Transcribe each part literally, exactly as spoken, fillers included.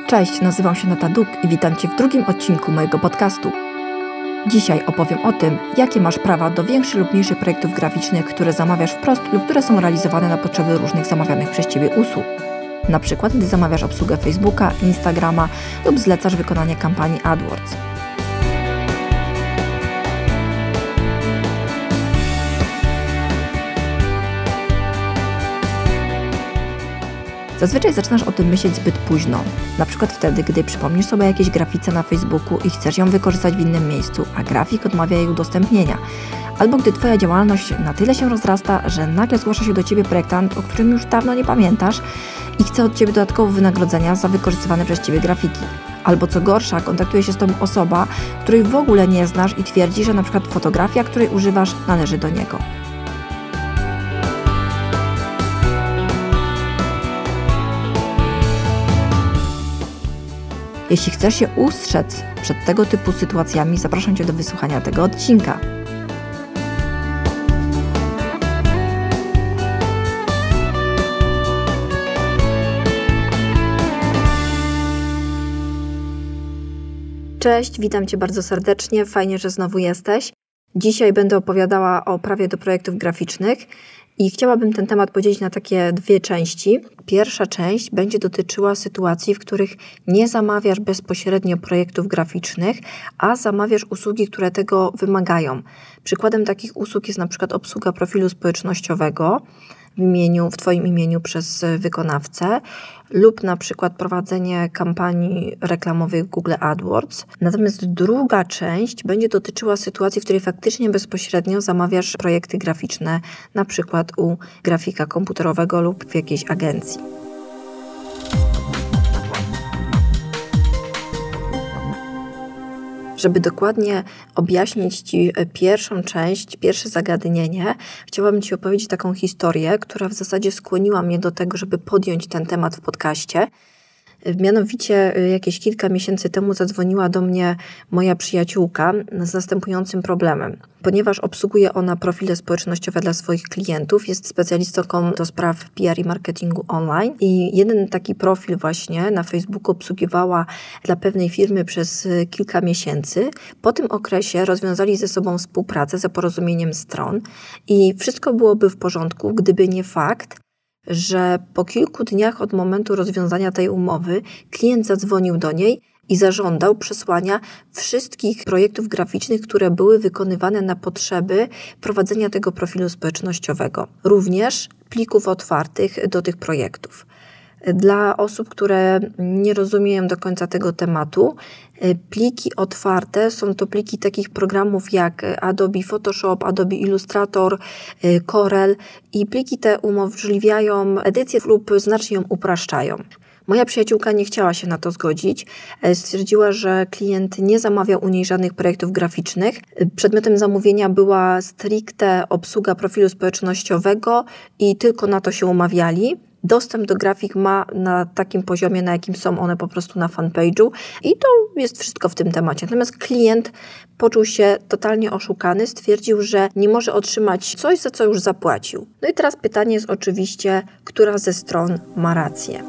Cześć, nazywam się Nata Duk i witam Cię w drugim odcinku mojego podcastu. Dzisiaj opowiem o tym, jakie masz prawa do większych lub mniejszych projektów graficznych, które zamawiasz wprost lub które są realizowane na potrzeby różnych zamawianych przez Ciebie usług. Na przykład, gdy zamawiasz obsługę Facebooka, Instagrama lub zlecasz wykonanie kampanii AdWords. Zazwyczaj zaczynasz o tym myśleć zbyt późno, na przykład wtedy, gdy przypomnisz sobie o jakiejś grafice na Facebooku i chcesz ją wykorzystać w innym miejscu, a grafik odmawia jej udostępnienia. Albo gdy Twoja działalność na tyle się rozrasta, że nagle zgłasza się do Ciebie projektant, o którym już dawno nie pamiętasz i chce od Ciebie dodatkowo wynagrodzenia za wykorzystywane przez Ciebie grafiki. Albo co gorsza, kontaktuje się z Tobą osoba, której w ogóle nie znasz i twierdzi, że na przykład fotografia, której używasz, należy do niego. Jeśli chcesz się ustrzec przed tego typu sytuacjami, zapraszam Cię do wysłuchania tego odcinka. Cześć, witam Cię bardzo serdecznie, fajnie, że znowu jesteś. Dzisiaj będę opowiadała o prawie do projektów graficznych i chciałabym ten temat podzielić na takie dwie części. Pierwsza część będzie dotyczyła sytuacji, w których nie zamawiasz bezpośrednio projektów graficznych, a zamawiasz usługi, które tego wymagają. Przykładem takich usług jest na przykład obsługa profilu społecznościowego w imieniu, w Twoim imieniu przez wykonawcę lub na przykład prowadzenie kampanii reklamowych w Google AdWords. Natomiast druga część będzie dotyczyła sytuacji, w której faktycznie bezpośrednio zamawiasz projekty graficzne, na przykład u grafika komputerowego lub w jakiejś agencji. Żeby dokładnie objaśnić Ci pierwszą część, pierwsze zagadnienie, chciałabym Ci opowiedzieć taką historię, która w zasadzie skłoniła mnie do tego, żeby podjąć ten temat w podcaście. Mianowicie jakieś kilka miesięcy temu zadzwoniła do mnie moja przyjaciółka z następującym problemem. Ponieważ obsługuje ona profile społecznościowe dla swoich klientów, jest specjalistką do spraw P R i marketingu online i jeden taki profil właśnie na Facebooku obsługiwała dla pewnej firmy przez kilka miesięcy. Po tym okresie rozwiązali ze sobą współpracę za porozumieniem stron i wszystko byłoby w porządku, gdyby nie fakt, że po kilku dniach od momentu rozwiązania tej umowy klient zadzwonił do niej i zażądał przesłania wszystkich projektów graficznych, które były wykonywane na potrzeby prowadzenia tego profilu społecznościowego. Również plików otwartych do tych projektów. Dla osób, które nie rozumieją do końca tego tematu, pliki otwarte są to pliki takich programów jak Adobe Photoshop, Adobe Illustrator, Corel i pliki te umożliwiają edycję lub znacznie ją upraszczają. Moja przyjaciółka nie chciała się na to zgodzić. Stwierdziła, że klient nie zamawiał u niej żadnych projektów graficznych. Przedmiotem zamówienia była stricte obsługa profilu społecznościowego i tylko na to się umawiali. Dostęp do grafik ma na takim poziomie, na jakim są one po prostu na fanpage'u i to jest wszystko w tym temacie. Natomiast klient poczuł się totalnie oszukany, stwierdził, że nie może otrzymać coś, za co już zapłacił. No i teraz pytanie jest oczywiście, która ze stron ma rację.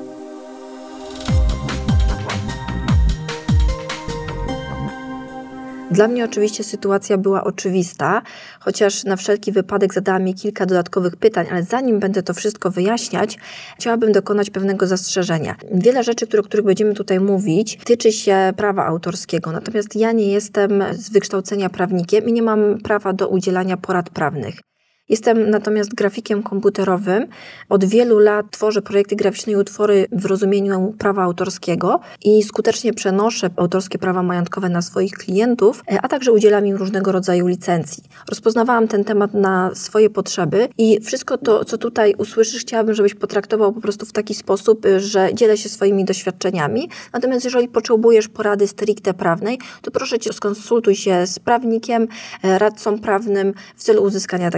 Dla mnie oczywiście sytuacja była oczywista, chociaż na wszelki wypadek zadałam mi kilka dodatkowych pytań, ale zanim będę to wszystko wyjaśniać, chciałabym dokonać pewnego zastrzeżenia. Wiele rzeczy, o których będziemy tutaj mówić, tyczy się prawa autorskiego, natomiast ja nie jestem z wykształcenia prawnikiem i nie mam prawa do udzielania porad prawnych. Jestem natomiast grafikiem komputerowym. Od wielu lat tworzę projekty graficzne i utwory w rozumieniu prawa autorskiego i skutecznie przenoszę autorskie prawa majątkowe na swoich klientów, a także udzielam im różnego rodzaju licencji. Rozpoznawałam ten temat na swoje potrzeby i wszystko to, co tutaj usłyszysz, chciałabym, żebyś potraktował po prostu w taki sposób, że dzielę się swoimi doświadczeniami. Natomiast jeżeli potrzebujesz porady stricte prawnej, to proszę Cię, skonsultuj się z prawnikiem, radcą prawnym w celu uzyskania takiej porady.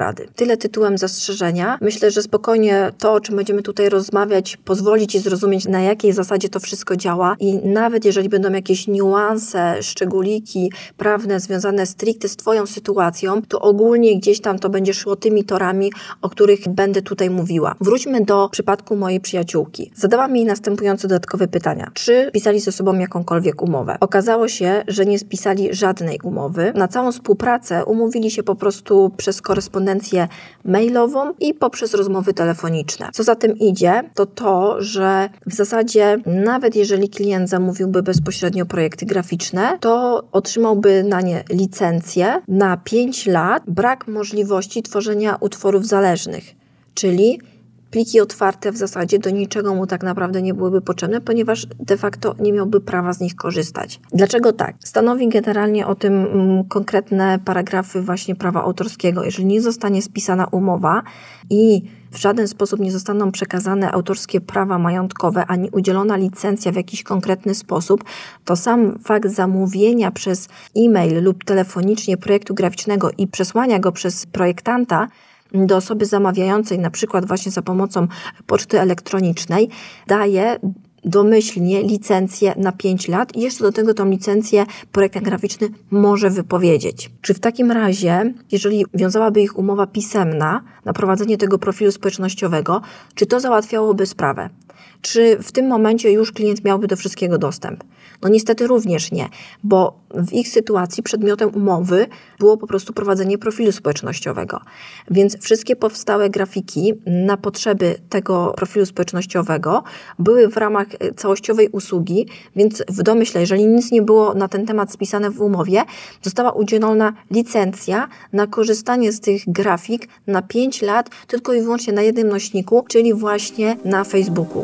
rady. Tyle tytułem zastrzeżenia. Myślę, że spokojnie to, o czym będziemy tutaj rozmawiać, pozwoli Ci zrozumieć, na jakiej zasadzie to wszystko działa i nawet jeżeli będą jakieś niuanse, szczególiki prawne związane stricte z Twoją sytuacją, to ogólnie gdzieś tam to będzie szło tymi torami, o których będę tutaj mówiła. Wróćmy do przypadku mojej przyjaciółki. Zadałam jej następujące dodatkowe pytania. Czy pisali ze sobą jakąkolwiek umowę? Okazało się, że nie spisali żadnej umowy. Na całą współpracę umówili się po prostu przez korespondencję mailową i poprzez rozmowy telefoniczne. Co za tym idzie, to to, że w zasadzie nawet jeżeli klient zamówiłby bezpośrednio projekty graficzne, to otrzymałby na nie licencję na pięć lat, brak możliwości tworzenia utworów zależnych, czyli pliki otwarte w zasadzie do niczego mu tak naprawdę nie byłyby potrzebne, ponieważ de facto nie miałby prawa z nich korzystać. Dlaczego tak? Stanowi generalnie o tym mm, konkretne paragrafy właśnie prawa autorskiego. Jeżeli nie zostanie spisana umowa i w żaden sposób nie zostaną przekazane autorskie prawa majątkowe, ani udzielona licencja w jakiś konkretny sposób, to sam fakt zamówienia przez e-mail lub telefonicznie projektu graficznego i przesłania go przez projektanta do osoby zamawiającej, na przykład właśnie za pomocą poczty elektronicznej, daje domyślnie licencję na pięć lat i jeszcze do tego tą licencję projektant graficzny może wypowiedzieć. Czy w takim razie, jeżeli wiązałaby ich umowa pisemna na prowadzenie tego profilu społecznościowego, czy to załatwiałoby sprawę? Czy w tym momencie już klient miałby do wszystkiego dostęp? No niestety również nie, bo w ich sytuacji przedmiotem umowy było po prostu prowadzenie profilu społecznościowego. Więc wszystkie powstałe grafiki na potrzeby tego profilu społecznościowego były w ramach całościowej usługi, więc w domyśle, jeżeli nic nie było na ten temat spisane w umowie, została udzielona licencja na korzystanie z tych grafik na pięć lat tylko i wyłącznie na jednym nośniku, czyli właśnie na Facebooku.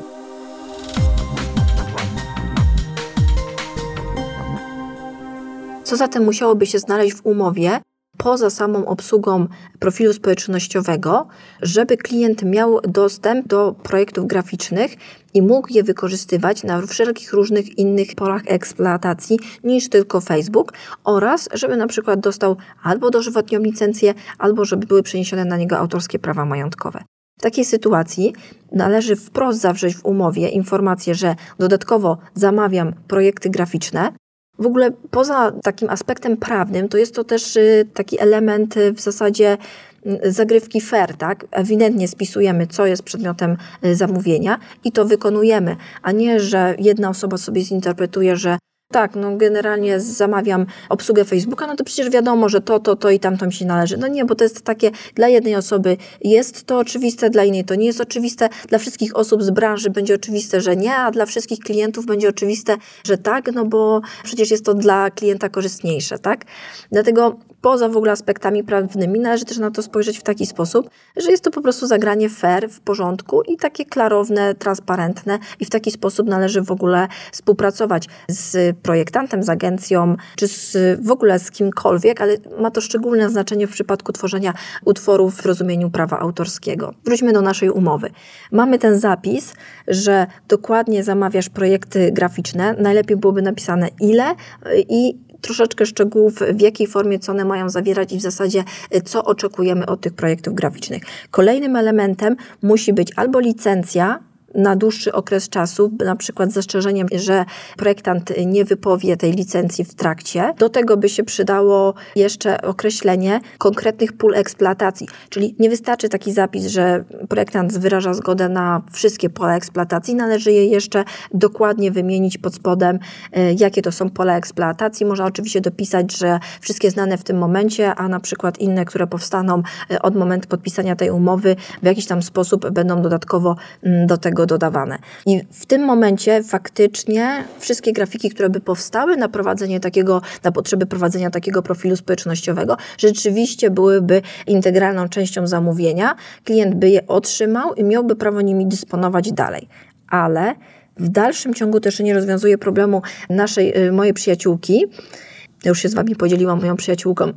Co zatem musiałoby się znaleźć w umowie, poza samą obsługą profilu społecznościowego, żeby klient miał dostęp do projektów graficznych i mógł je wykorzystywać na wszelkich różnych innych polach eksploatacji niż tylko Facebook oraz żeby na przykład dostał albo dożywotnią licencję, albo żeby były przeniesione na niego autorskie prawa majątkowe. W takiej sytuacji należy wprost zawrzeć w umowie informację, że dodatkowo zamawiam projekty graficzne. W ogóle poza takim aspektem prawnym, to jest to też taki element w zasadzie zagrywki fair, tak? Ewidentnie spisujemy, co jest przedmiotem zamówienia i to wykonujemy, a nie, że jedna osoba sobie zinterpretuje, że tak, no generalnie zamawiam obsługę Facebooka, no to przecież wiadomo, że to, to, to i tamto mi się należy. No nie, bo to jest takie, dla jednej osoby jest to oczywiste, dla innej to nie jest oczywiste, dla wszystkich osób z branży będzie oczywiste, że nie, a dla wszystkich klientów będzie oczywiste, że tak, no bo przecież jest to dla klienta korzystniejsze, tak? Dlatego poza w ogóle aspektami prawnymi należy też na to spojrzeć w taki sposób, że jest to po prostu zagranie fair, w porządku i takie klarowne, transparentne i w taki sposób należy w ogóle współpracować z projektantem, z agencją, czy z, w ogóle z kimkolwiek, ale ma to szczególne znaczenie w przypadku tworzenia utworów w rozumieniu prawa autorskiego. Wróćmy do naszej umowy. Mamy ten zapis, że dokładnie zamawiasz projekty graficzne, najlepiej byłoby napisane ile i troszeczkę szczegółów, w jakiej formie, co one mają zawierać i w zasadzie co oczekujemy od tych projektów graficznych. Kolejnym elementem musi być albo licencja na dłuższy okres czasu, na przykład z zastrzeżeniem, że projektant nie wypowie tej licencji w trakcie. Do tego by się przydało jeszcze określenie konkretnych pól eksploatacji, czyli nie wystarczy taki zapis, że projektant wyraża zgodę na wszystkie pola eksploatacji, należy je jeszcze dokładnie wymienić pod spodem, jakie to są pola eksploatacji. Można oczywiście dopisać, że wszystkie znane w tym momencie, a na przykład inne, które powstaną od momentu podpisania tej umowy, w jakiś tam sposób będą dodatkowo do tego dodawane. I w tym momencie faktycznie wszystkie grafiki, które by powstały na prowadzenie takiego, na potrzeby prowadzenia takiego profilu społecznościowego, rzeczywiście byłyby integralną częścią zamówienia. Klient by je otrzymał i miałby prawo nimi dysponować dalej. Ale w dalszym ciągu też nie rozwiązuje problemu naszej, mojej przyjaciółki. Ja już się z Wami podzieliłam moją przyjaciółką,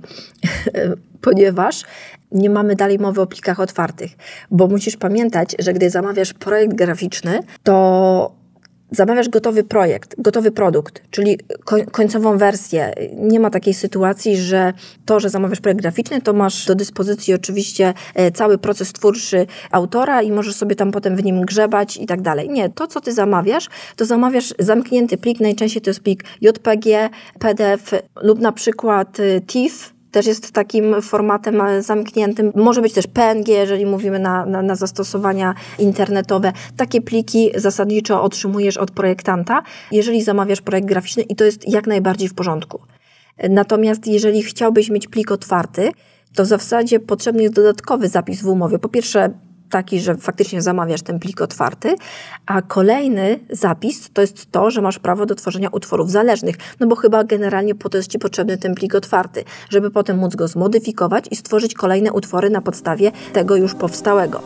ponieważ nie mamy dalej mowy o plikach otwartych, bo musisz pamiętać, że gdy zamawiasz projekt graficzny, to Zamawiasz gotowy projekt, gotowy produkt, czyli końcową wersję. Nie ma takiej sytuacji, że to, że zamawiasz projekt graficzny, to masz do dyspozycji oczywiście cały proces twórczy autora i możesz sobie tam potem w nim grzebać i tak dalej. Nie, to co ty zamawiasz, to zamawiasz zamknięty plik, najczęściej to jest plik J P G, P D F lub na przykład T I F, też jest takim formatem zamkniętym. Może być też P N G, jeżeli mówimy na, na, na zastosowania internetowe. Takie pliki zasadniczo otrzymujesz od projektanta, jeżeli zamawiasz projekt graficzny i to jest jak najbardziej w porządku. Natomiast jeżeli chciałbyś mieć plik otwarty, to w zasadzie potrzebny jest dodatkowy zapis w umowie. Po pierwsze taki, że faktycznie zamawiasz ten plik otwarty, a kolejny zapis to jest to, że masz prawo do tworzenia utworów zależnych, no bo chyba generalnie po to jest ci potrzebny ten plik otwarty, żeby potem móc go zmodyfikować i stworzyć kolejne utwory na podstawie tego już powstałego.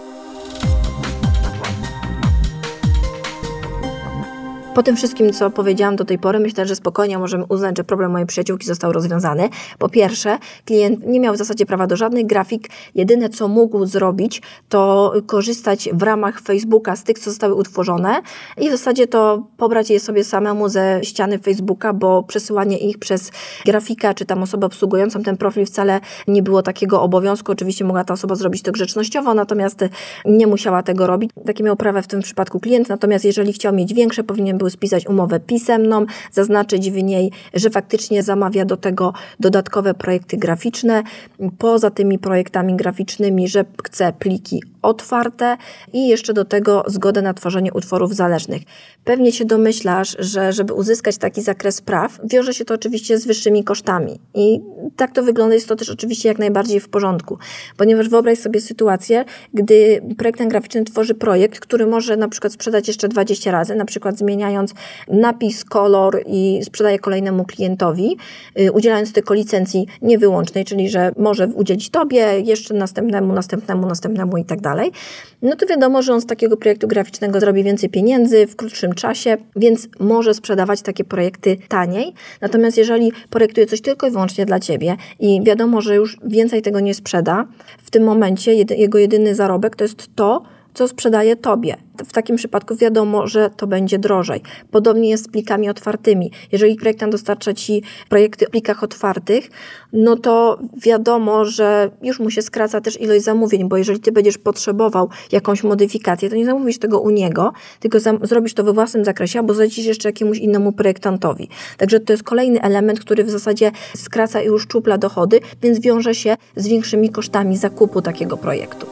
Po tym wszystkim, co powiedziałam do tej pory, myślę, że spokojnie możemy uznać, że problem mojej przyjaciółki został rozwiązany. Po pierwsze, klient nie miał w zasadzie prawa do żadnych grafik. Jedyne, co mógł zrobić, to korzystać w ramach Facebooka z tych, co zostały utworzone i w zasadzie to pobrać je sobie samemu ze ściany Facebooka, bo przesyłanie ich przez grafika, czy tam osobę obsługującą ten profil wcale nie było takiego obowiązku. Oczywiście mogła ta osoba zrobić to grzecznościowo, natomiast nie musiała tego robić. Takie miał prawo w tym przypadku klient, natomiast jeżeli chciał mieć większe, powinien był spisać umowę pisemną, zaznaczyć w niej, że faktycznie zamawia do tego dodatkowe projekty graficzne. Poza tymi projektami graficznymi, że chce pliki otwarte i jeszcze do tego zgodę na tworzenie utworów zależnych. Pewnie się domyślasz, że żeby uzyskać taki zakres praw, wiąże się to oczywiście z wyższymi kosztami. I tak to wygląda, jest to też oczywiście jak najbardziej w porządku. Ponieważ wyobraź sobie sytuację, gdy projektant graficzny tworzy projekt, który może na przykład sprzedać jeszcze dwadzieścia razy, na przykład zmieniając napis, kolor i sprzedaje kolejnemu klientowi, yy, udzielając tylko licencji niewyłącznej, czyli że może udzielić tobie, jeszcze następnemu, następnemu, następnemu i tak dalej. No to wiadomo, że on z takiego projektu graficznego zrobi więcej pieniędzy w krótszym czasie, więc może sprzedawać takie projekty taniej. Natomiast jeżeli projektuje coś tylko i wyłącznie dla ciebie i wiadomo, że już więcej tego nie sprzeda, w tym momencie jedy, jego jedyny zarobek to jest to, co sprzedaje tobie. W takim przypadku wiadomo, że to będzie drożej. Podobnie jest z plikami otwartymi. Jeżeli projektant dostarcza ci projekty w plikach otwartych, no to wiadomo, że już mu się skraca też ilość zamówień, bo jeżeli ty będziesz potrzebował jakąś modyfikację, to nie zamówisz tego u niego, tylko zam- zrobisz to we własnym zakresie, albo zlecisz jeszcze jakiemuś innemu projektantowi. Także to jest kolejny element, który w zasadzie skraca i uszczupla dochody, więc wiąże się z większymi kosztami zakupu takiego projektu.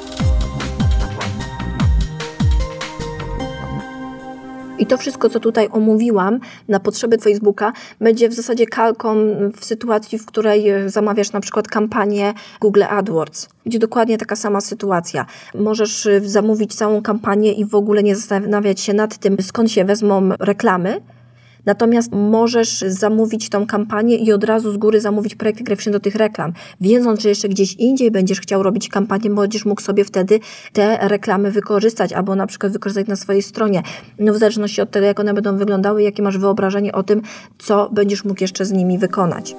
I to wszystko, co tutaj omówiłam na potrzeby Facebooka, będzie w zasadzie kalką w sytuacji, w której zamawiasz na przykład kampanię Google AdWords. Będzie dokładnie taka sama sytuacja. Możesz zamówić całą kampanię i w ogóle nie zastanawiać się nad tym, skąd się wezmą reklamy. Natomiast możesz zamówić tą kampanię i od razu z góry zamówić projekty graficzne do tych reklam. Wiedząc, że jeszcze gdzieś indziej będziesz chciał robić kampanię, będziesz mógł sobie wtedy te reklamy wykorzystać albo na przykład wykorzystać na swojej stronie. No w zależności od tego, jak one będą wyglądały, jakie masz wyobrażenie o tym, co będziesz mógł jeszcze z nimi wykonać.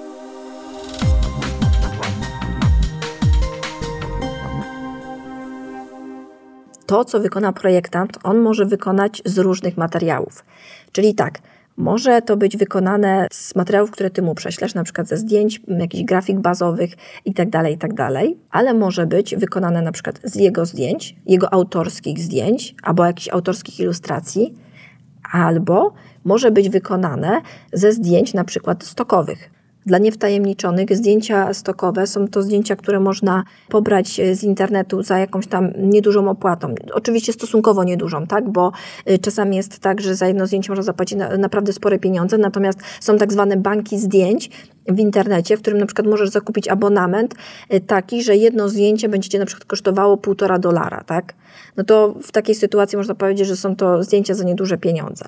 To, co wykona projektant, on może wykonać z różnych materiałów. Czyli tak, może to być wykonane z materiałów, które ty mu prześlesz, na przykład ze zdjęć, jakichś grafik bazowych itd., itd., ale może być wykonane na przykład z jego zdjęć, jego autorskich zdjęć albo jakichś autorskich ilustracji, albo może być wykonane ze zdjęć na przykład stokowych. Dla niewtajemniczonych zdjęcia stokowe są to zdjęcia, które można pobrać z internetu za jakąś tam niedużą opłatą. Oczywiście stosunkowo niedużą, tak? Bo czasami jest tak, że za jedno zdjęcie można zapłacić na, naprawdę spore pieniądze, natomiast są tak zwane banki zdjęć w internecie, w którym na przykład możesz zakupić abonament taki, że jedno zdjęcie będzie cię na przykład kosztowało półtora dolara, tak? No to w takiej sytuacji można powiedzieć, że są to zdjęcia za nieduże pieniądze.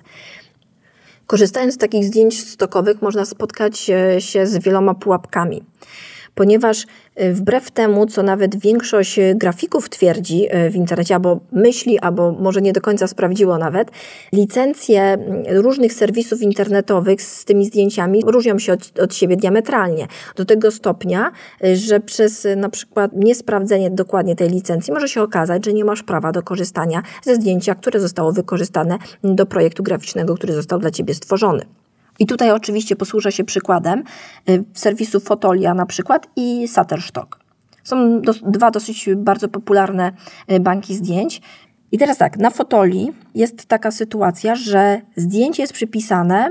Korzystając z takich zdjęć stokowych można spotkać się z wieloma pułapkami. ponieważ wbrew temu, co nawet większość grafików twierdzi w internecie, albo myśli, albo może nie do końca sprawdziło nawet, licencje różnych serwisów internetowych z tymi zdjęciami różnią się od, od siebie diametralnie. Do tego stopnia, że przez na przykład niesprawdzenie dokładnie tej licencji może się okazać, że nie masz prawa do korzystania ze zdjęcia, które zostało wykorzystane do projektu graficznego, który został dla Ciebie stworzony. I tutaj oczywiście posłużę się przykładem serwisu Fotolia na przykład i Shutterstock. Są dos- dwa dosyć bardzo popularne banki zdjęć. I teraz tak, na Fotolii jest taka sytuacja, że zdjęcie jest przypisane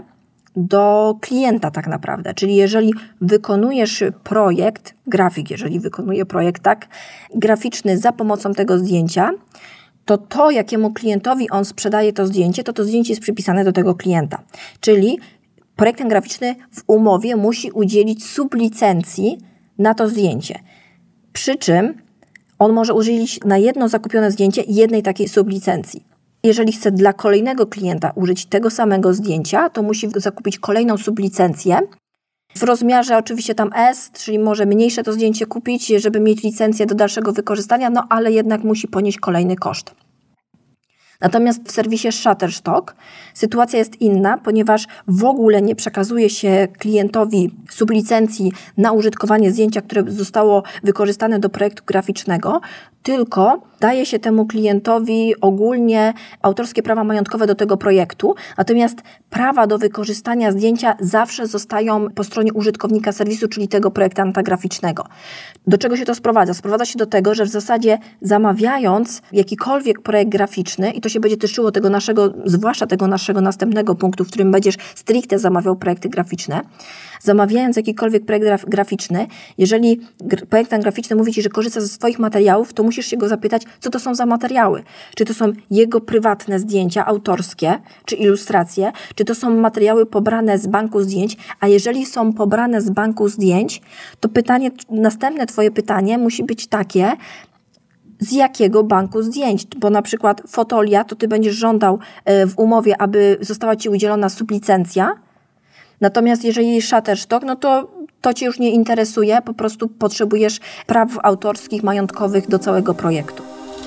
do klienta tak naprawdę. Czyli jeżeli wykonujesz projekt, grafik, jeżeli wykonuje projekt tak graficzny za pomocą tego zdjęcia, to to, jakiemu klientowi on sprzedaje to zdjęcie, to to zdjęcie jest przypisane do tego klienta. Czyli projektant graficzny w umowie musi udzielić sublicencji na to zdjęcie. Przy czym on może udzielić na jedno zakupione zdjęcie jednej takiej sublicencji. Jeżeli chce dla kolejnego klienta użyć tego samego zdjęcia, to musi zakupić kolejną sublicencję. W rozmiarze oczywiście tam S, czyli może mniejsze to zdjęcie kupić, żeby mieć licencję do dalszego wykorzystania, no ale jednak musi ponieść kolejny koszt. Natomiast w serwisie Shutterstock sytuacja jest inna, ponieważ w ogóle nie przekazuje się klientowi sublicencji na użytkowanie zdjęcia, które zostało wykorzystane do projektu graficznego, tylko daje się temu klientowi ogólnie autorskie prawa majątkowe do tego projektu, natomiast prawa do wykorzystania zdjęcia zawsze zostają po stronie użytkownika serwisu, czyli tego projektanta graficznego. Do czego się to sprowadza? Sprowadza się do tego, że w zasadzie zamawiając jakikolwiek projekt graficzny, i to się będzie tyczyło tego naszego, zwłaszcza tego naszego następnego punktu, w którym będziesz stricte zamawiał projekty graficzne, zamawiając jakikolwiek projekt graf- graficzny, jeżeli projektant graficzny mówi Ci, że korzysta ze swoich materiałów, to musisz się go zapytać, co to są za materiały. Czy to są jego prywatne zdjęcia autorskie, czy ilustracje, czy to są materiały pobrane z banku zdjęć, a jeżeli są pobrane z banku zdjęć, to pytanie, następne Twoje pytanie musi być takie, z jakiego banku zdjęć, bo na przykład Fotolia, to Ty będziesz żądał w umowie, aby została Ci udzielona sublicencja, natomiast jeżeli Shutterstock, no to to Cię już nie interesuje, po prostu potrzebujesz praw autorskich, majątkowych do całego projektu.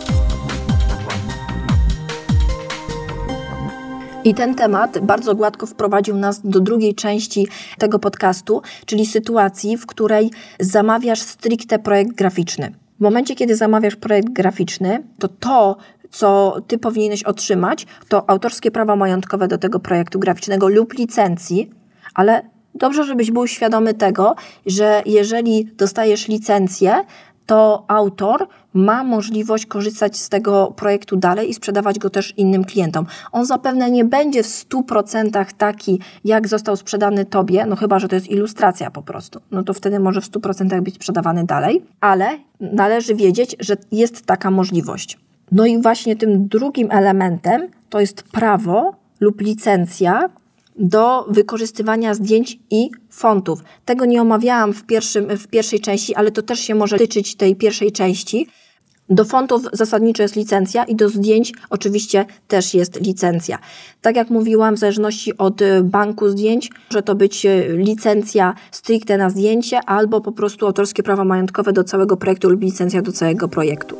I ten temat bardzo gładko wprowadził nas do drugiej części tego podcastu, czyli sytuacji, w której zamawiasz stricte projekt graficzny. W momencie, kiedy zamawiasz projekt graficzny, to to, co Ty powinieneś otrzymać, to autorskie prawa majątkowe do tego projektu graficznego lub licencji, ale dobrze, żebyś był świadomy tego, że jeżeli dostajesz licencję, to autor ma możliwość korzystać z tego projektu dalej i sprzedawać go też innym klientom. On zapewne nie będzie w stu procentach taki, jak został sprzedany Tobie, no chyba że to jest ilustracja po prostu. No to wtedy może w stu procentach być sprzedawany dalej, ale należy wiedzieć, że jest taka możliwość. No i właśnie tym drugim elementem to jest prawo lub licencja do wykorzystywania zdjęć i fontów. Tego nie omawiałam w, pierwszym, w pierwszej części, ale to też się może tyczyć tej pierwszej części. Do fontów zasadniczo jest licencja i do zdjęć oczywiście też jest licencja. Tak jak mówiłam, w zależności od banku zdjęć może to być licencja stricte na zdjęcie albo po prostu autorskie prawa majątkowe do całego projektu lub licencja do całego projektu.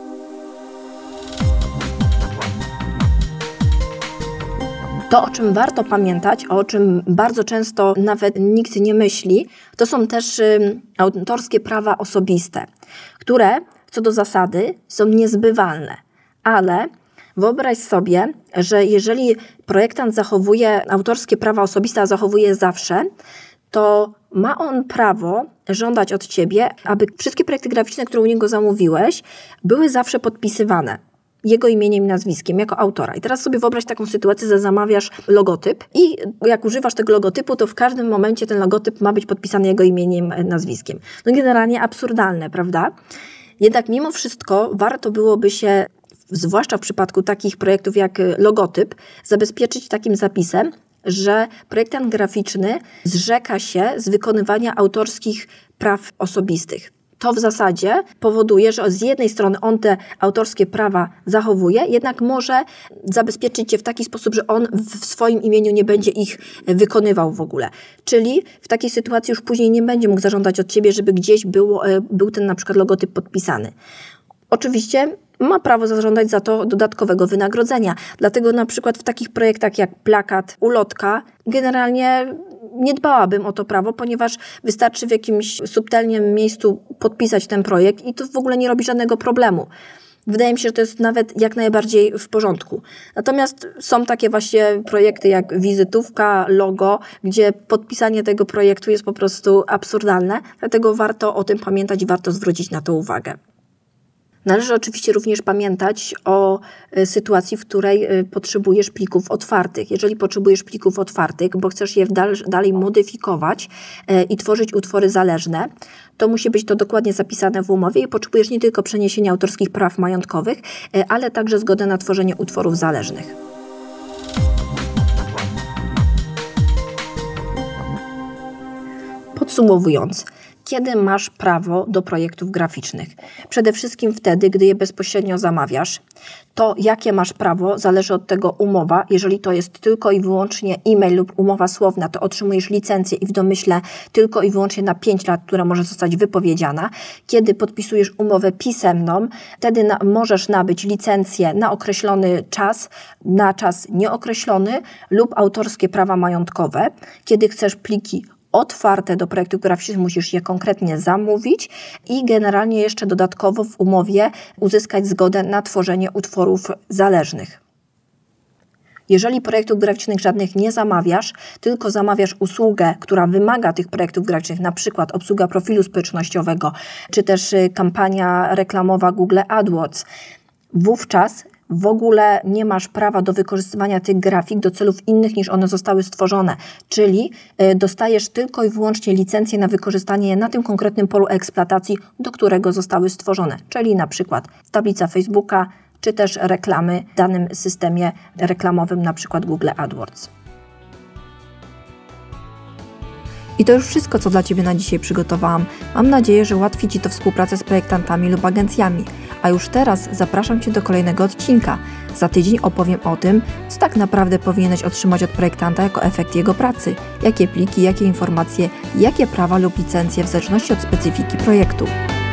To, o czym warto pamiętać, o czym bardzo często nawet nikt nie myśli, to są też y, autorskie prawa osobiste, które co do zasady są niezbywalne, ale wyobraź sobie, że jeżeli projektant zachowuje autorskie prawa osobiste, a zachowuje zawsze, to ma on prawo żądać od Ciebie, aby wszystkie projekty graficzne, które u niego zamówiłeś, były zawsze podpisywane jego imieniem i nazwiskiem, jako autora. I teraz sobie wyobraź taką sytuację, że zamawiasz logotyp i jak używasz tego logotypu, to w każdym momencie ten logotyp ma być podpisany jego imieniem, nazwiskiem. No generalnie absurdalne, prawda? Jednak mimo wszystko warto byłoby się, zwłaszcza w przypadku takich projektów jak logotyp, zabezpieczyć takim zapisem, że projektant graficzny zrzeka się z wykonywania autorskich praw osobistych. To w zasadzie powoduje, że z jednej strony on te autorskie prawa zachowuje, jednak może zabezpieczyć Cię w taki sposób, że on w swoim imieniu nie będzie ich wykonywał w ogóle. Czyli w takiej sytuacji już później nie będzie mógł zażądać od Ciebie, żeby gdzieś było, był ten na przykład logotyp podpisany. Oczywiście ma prawo zażądać za to dodatkowego wynagrodzenia. Dlatego na przykład w takich projektach jak plakat, ulotka, generalnie nie dbałabym o to prawo, ponieważ wystarczy w jakimś subtelnym miejscu podpisać ten projekt i to w ogóle nie robi żadnego problemu. Wydaje mi się, że to jest nawet jak najbardziej w porządku. Natomiast są takie właśnie projekty jak wizytówka, logo, gdzie podpisanie tego projektu jest po prostu absurdalne, dlatego warto o tym pamiętać i warto zwrócić na to uwagę. Należy oczywiście również pamiętać o sytuacji, w której potrzebujesz plików otwartych. Jeżeli potrzebujesz plików otwartych, bo chcesz je dalej modyfikować i tworzyć utwory zależne, to musi być to dokładnie zapisane w umowie i potrzebujesz nie tylko przeniesienia autorskich praw majątkowych, ale także zgodę na tworzenie utworów zależnych. Podsumowując, kiedy masz prawo do projektów graficznych? Przede wszystkim wtedy, gdy je bezpośrednio zamawiasz. To, jakie masz prawo, zależy od tego umowa. Jeżeli to jest tylko i wyłącznie e-mail lub umowa słowna, to otrzymujesz licencję i w domyśle tylko i wyłącznie na pięć lat, która może zostać wypowiedziana. Kiedy podpisujesz umowę pisemną, wtedy na, możesz nabyć licencję na określony czas, na czas nieokreślony lub autorskie prawa majątkowe. Kiedy chcesz pliki otwarte do projektów graficznych, musisz je konkretnie zamówić i generalnie jeszcze dodatkowo w umowie uzyskać zgodę na tworzenie utworów zależnych. Jeżeli projektów graficznych żadnych nie zamawiasz, tylko zamawiasz usługę, która wymaga tych projektów graficznych, na przykład obsługa profilu społecznościowego, czy też kampania reklamowa Google AdWords, wówczas w ogóle nie masz prawa do wykorzystywania tych grafik do celów innych niż one zostały stworzone, czyli dostajesz tylko i wyłącznie licencję na wykorzystanie je na tym konkretnym polu eksploatacji, do którego zostały stworzone, czyli na przykład tablica Facebooka, czy też reklamy w danym systemie reklamowym, na przykład Google AdWords. I to już wszystko, co dla Ciebie na dzisiaj przygotowałam. Mam nadzieję, że ułatwi Ci to współpracę z projektantami lub agencjami. A już teraz zapraszam Cię do kolejnego odcinka. Za tydzień opowiem o tym, co tak naprawdę powinieneś otrzymać od projektanta jako efekt jego pracy. Jakie pliki, jakie informacje, jakie prawa lub licencje w zależności od specyfiki projektu.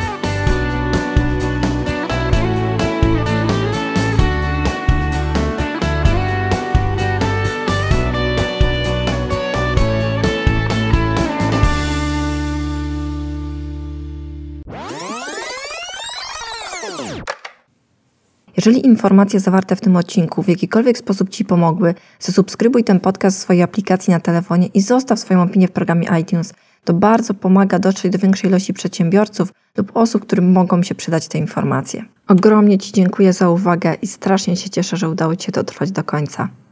Jeżeli informacje zawarte w tym odcinku w jakikolwiek sposób Ci pomogły, zasubskrybuj ten podcast w swojej aplikacji na telefonie i zostaw swoją opinię w programie iTunes. To bardzo pomaga dotrzeć do większej ilości przedsiębiorców lub osób, którym mogą się przydać te informacje. Ogromnie Ci dziękuję za uwagę i strasznie się cieszę, że udało Ci się dotrwać do końca.